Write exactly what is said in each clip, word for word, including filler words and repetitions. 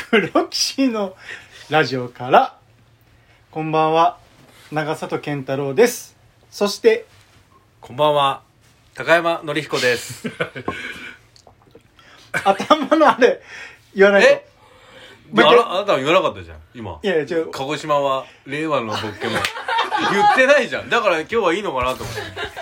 黒騎士のラジオから。こんばんは、長里健太郎です。そしてこんばんは、高山紀彦です頭のあれ言わないと。 えあな、あなたは言わなかったじゃん今。 いやいや違う、 鹿児島は令和のボッケモン言ってないじゃん。だから今日はいいのかなと思って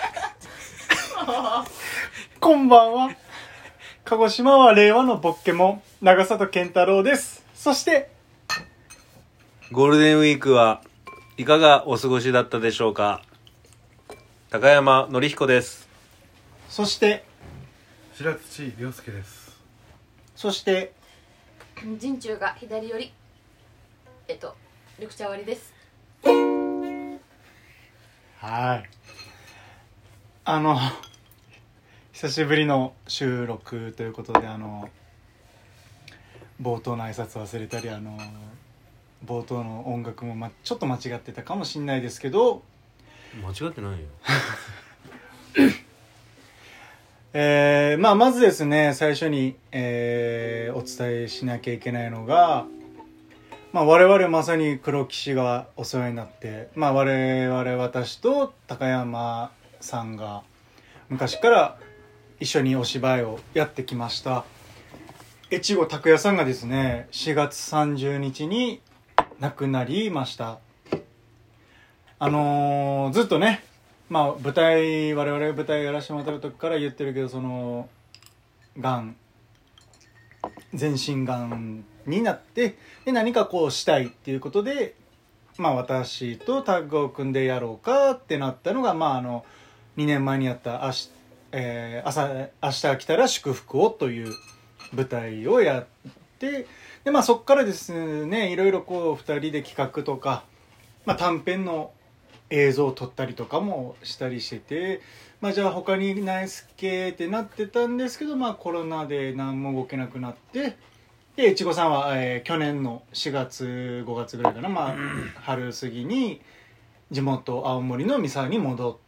こんばんは、鹿児島は令和のボッケモン長里健太郎です。そしてゴールデンウィークはいかがお過ごしだったでしょうか。高山紀彦です。 そして白土亮介です。 そして陣中が左寄り、えっと緑茶割りです。 はい、あの久しぶりの収録ということで、あの冒頭の挨拶忘れたり、あの冒頭の音楽も、ま、ちょっと間違ってたかもしれないですけど、 間違ってないよえーまあ、まずですね、最初に、えーお伝えしなきゃいけないのが、まあ、我々まさに黒騎士がお世話になって、まあ、我々私と高山さんが昔から一緒にお芝居をやってきました越後拓也さんがですね、しがつさんじゅうにちに亡くなりました。あのー、ずっとね、まあ舞台我々舞台やらせてもらった時から言ってるけど、そのがん全身がんになって、で何かこうしたいっていうことで、まあ私とタッグを組んでやろうかってなったのが、まああのにねんまえにやった明日、えー、朝明日来たら祝福をという舞台をやって、でまあそこからですね、いろいろこうふたりで企画とか、まあ、短編の映像を撮ったりとかもしたりしてて、まあじゃあ他にないすっけってなってたんですけど、まあコロナで何も動けなくなって、で越後さんは、えー、去年のしがつごがつぐらいかな、まあ春過ぎに地元青森の三沢に戻って、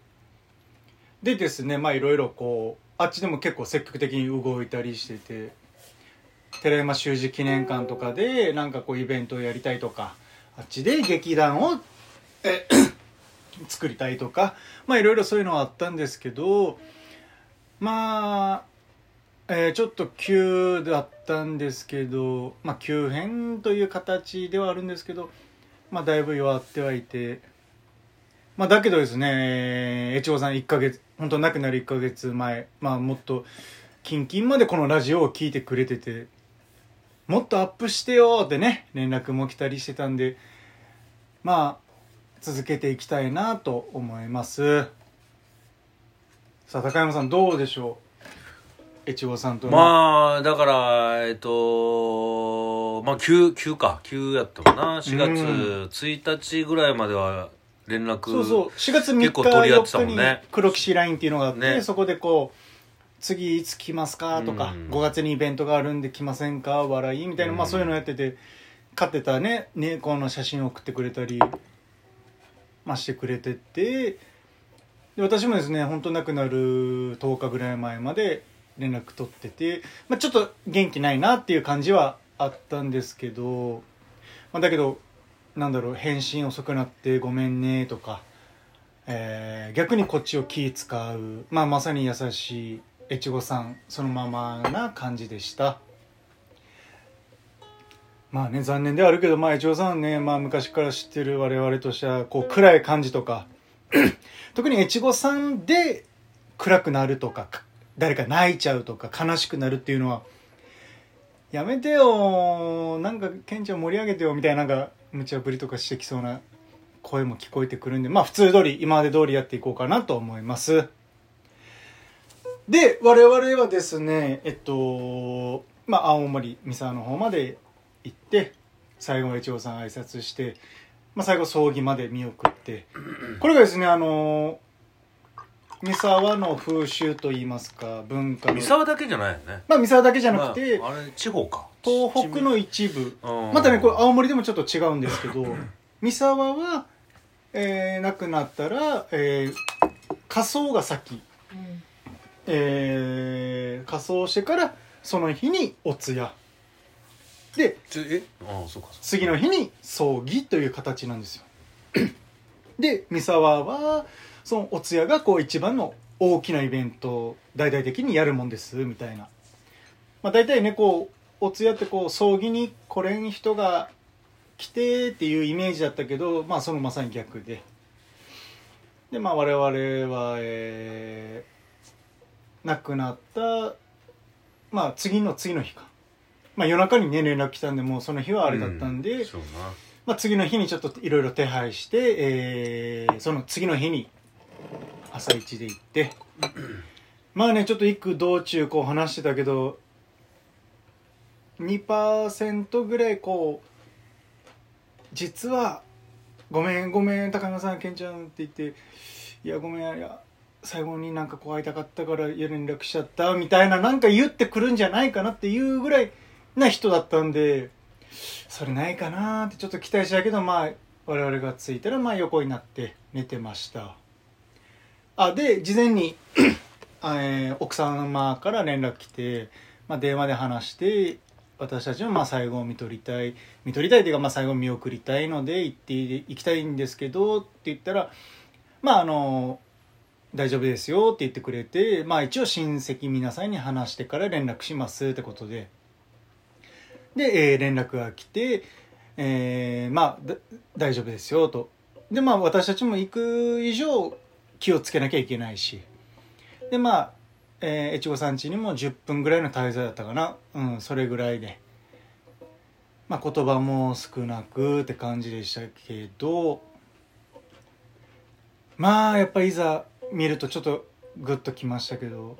でですね、まあいろいろこうあっちでも結構積極的に動いたりしてて、寺山修司記念館とかでなんかこうイベントをやりたいとか、あっちで劇団をえ作りたいとか、まあいろいろそういうのはあったんですけど、まあ、えー、ちょっと急だったんですけど、まあ急変という形ではあるんですけど、まあだいぶ弱ってはいて、まあだけどですね、越後さんいっかげつ、本当亡くなるいっかげつまえ、まあもっとキンキンまでこのラジオを聞いてくれてて、もっとアップしてよってね連絡も来たりしてたんで、まあ続けていきたいなと思います。さあ高山さんどうでしょう、越後さんとの。 まあだからえっとまあ急急か急やったかな。しがつついたちぐらいまでは連絡、 そうそうしがつみっか結構取り合ってたもんよっね。 かに黒騎士ラインっていうのがあって、ね、そこでこう次いつ来ますかとか、 うん、 ごがつにイベントがあるんで来ませんか笑いみたいな、まあそういうのやってて、飼ってたね猫の写真を送ってくれたり、まあ、してくれてて、で私もですね本当亡くなるとおかぐらい前まで連絡取ってて、まあ、ちょっと元気ないなっていう感じはあったんですけど、まあ、だけどなんだろう、返信遅くなってごめんねとか、えー、逆にこっちを気使う、まあ、まさに優しい越後さんそのままな感じでした。まあね残念ではあるけど、まあ越後さんね、まあ昔から知ってる我々としてはこう暗い感じとか特に越後さんで暗くなるとか誰か泣いちゃうとか悲しくなるっていうのはやめてよ、なんかケンちゃん盛り上げてよみたいな、なんか無茶ぶりとかしてきそうな声も聞こえてくるんで、まあ普通通り今まで通りやっていこうかなと思います。で我々はですね、えっとまあ青森三沢の方まで行って、最後越後さん挨拶して、まあ、最後葬儀まで見送って、これがですねあの三沢の風習といいますか文化の、 三沢だけじゃないよね。 まあ三沢だけじゃなくて、 まあ、あれ地方か、 東北の一部、またねこれ青森でもちょっと違うんですけど三沢は、えー、亡くなったら、えー、火葬が先、うん、えー、火葬してからその日にお通夜でちょえああそうかそうか次の日に葬儀という形なんですよで三沢はそのお通夜がこう一番の大きなイベントを大々的にやるもんですみたいな、まあ、大体ねこうお通夜ってこう葬儀に来れん人が来てっていうイメージだったけど、まあそのまさに逆ででまあ我々は、えー、亡くなったまあ次の次の日か、まあ、夜中にね連絡来たんでもうその日はあれだったんで、 うんそうなまあ、次の日にちょっといろいろ手配して、えー、その次の日に朝一で行ってまあねちょっと行く道中こう話してたけど にパーセント ぐらいこう実はごめんごめん高山さんケンちゃんって言っていやごめんいや最後になんかこう会いたかったから連絡しちゃったみたいななんか言ってくるんじゃないかなっていうぐらいな人だったんでそれないかなってちょっと期待したけどまあ我々が着いたらまあ横になって寝てました。あで事前にえー、奥様から連絡来て、まあ、電話で話して私たちもまあ最後を見取りたい見取りたいというかまあ最後見送りたいので行って行きたいんですけどって言ったらまああの大丈夫ですよって言ってくれてまあ一応親戚皆さんに話してから連絡しますってことでで、えー、連絡が来て、えー、まあ大丈夫ですよとでまあ私たちも行く以上気をつけなきゃいけないしでまあ、えー、越後さん家にもじゅっぷんぐらいの滞在だったかなうんそれぐらいでまあ言葉も少なくって感じでしたけどまあやっぱいざ見るとちょっとグッときましたけど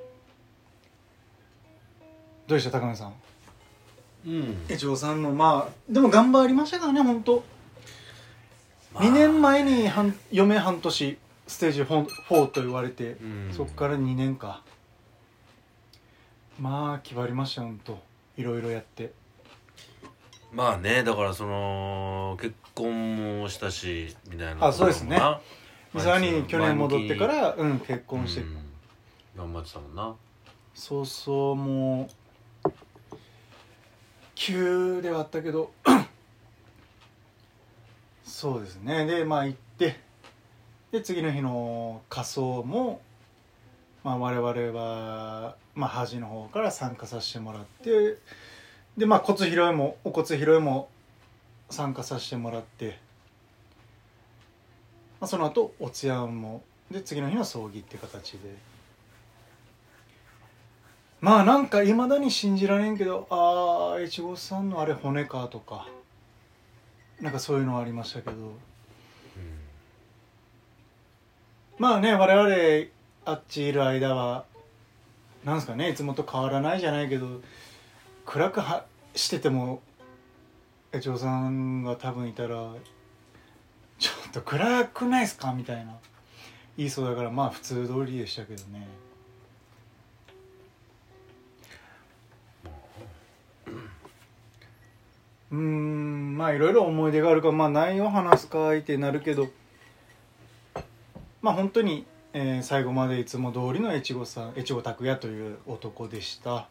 どうでした高野さんうん越後さんのまあでも頑張りましたからね本当、まあ、にねんまえに半余命半年ステージフォーと言われて、うん、そっからにねんかまあ決まりました本当いろいろやってまあねだからその結婚もしたしみたいなあそうですね三沢に去年戻ってから、うん、結婚して、うん、 頑張ってたもんなそうそうもう急ではあったけどそうですねでまあ行ってで次の日の仮装も、まあ、我々は、まあ、端の方から参加させてもらってで、まあ、骨拾いもお骨拾いも参加させてもらって、まあ、その後お通夜もで次の日の葬儀っていう形でまあなんかいまだに信じられんけどああ越後さんのあれ骨かとかなんかそういうのはありましたけどまあね我々あっちいる間はなんですかねいつもと変わらないじゃないけど暗くはしてても越後さんが多分いたらちょっと暗くないですかみたいな言いそうだからまあ普通通りでしたけどねうーんまあいろいろ思い出があるからまあ何を話すかってなるけどまあ本当に、えー、最後までいつも通りの越後さん越後拓也という男でした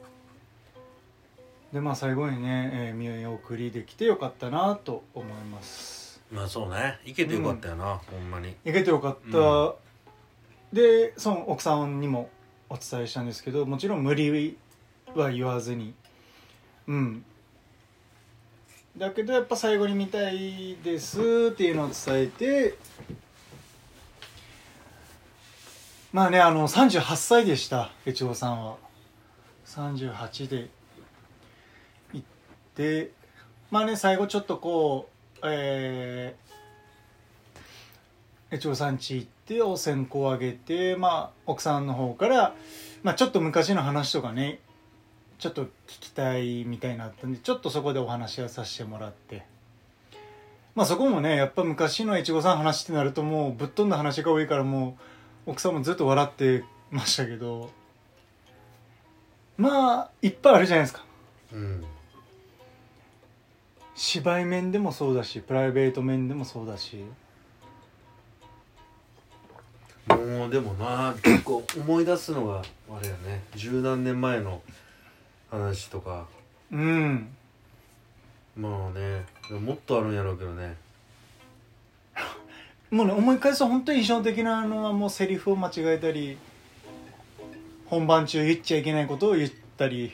でまあ最後にね、えー、見送りできてよかったなと思いますまあそうね行けてよかったよな、うん、ほんまに行けてよかった、うん、でその奥さんにもお伝えしたんですけどもちろん無理は言わずにうんだけどやっぱ最後に見たいですっていうのを伝えてまあねあのさんじゅうはっさいでした越後さんはさんじゅうはちで行ってまあね最後ちょっとこうえー、越後さん家行ってお線香あげてまあ奥さんの方から、まあ、ちょっと昔の話とかねちょっと聞きたいみたいになったんでちょっとそこでお話をさせてもらってまあそこもねやっぱ昔の越後さん話ってなるともうぶっ飛んだ話が多いからもう奥さんもずっと笑ってましたけどまあいっぱいあるじゃないですか、うん、芝居面でもそうだしプライベート面でもそうだしもうでもな結構思い出すのがあれやね十何年前の話とかうんまあねもっとあるんやろうけどね。 もうね思い返すと本当に印象的なのはもうセリフを間違えたり本番中言っちゃいけないことを言ったりいっ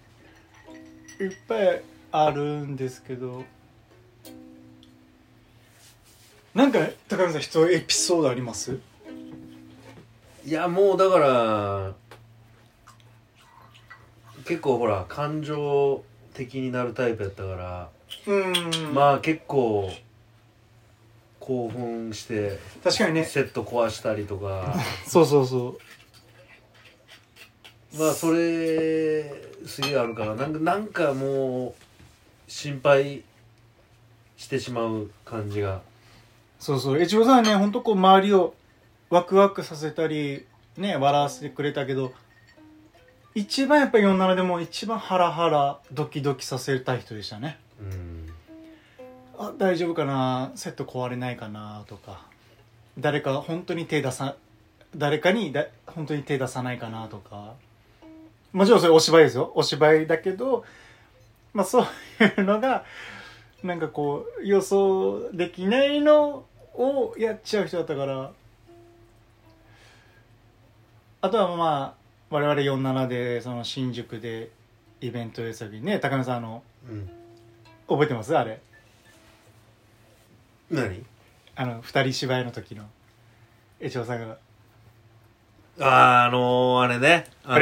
ぱいあるんですけど、なんか高見さん人エピソードあります？ いやもうだから結構ほら感情的になるタイプやったから、 うんまあ結構興奮して確かにねセット壊したりとかそうそうそうまあそれすげえあるからなんかなんかもう心配してしまう感じが。 そうそう越後さんはねほんとこう周りをワクワクさせたりね笑わせてくれたけど一番やっぱりよんじゅうななでも一番ハラハラドキドキさせたい人でしたね。 うんあ大丈夫かなセット壊れないかなとか誰か本当に手出さ誰かにだ本当に手出さないかなとかもちろんそれお芝居ですよお芝居だけどまあそういうのがなんかこう予想できないのをやっちゃう人だったからあとはまあ我々よんじゅうななでその新宿でイベントやった時にね高見さんあのうん覚えてますあれ何あの二人芝居の時の越後さんがあーあのー、あれねあ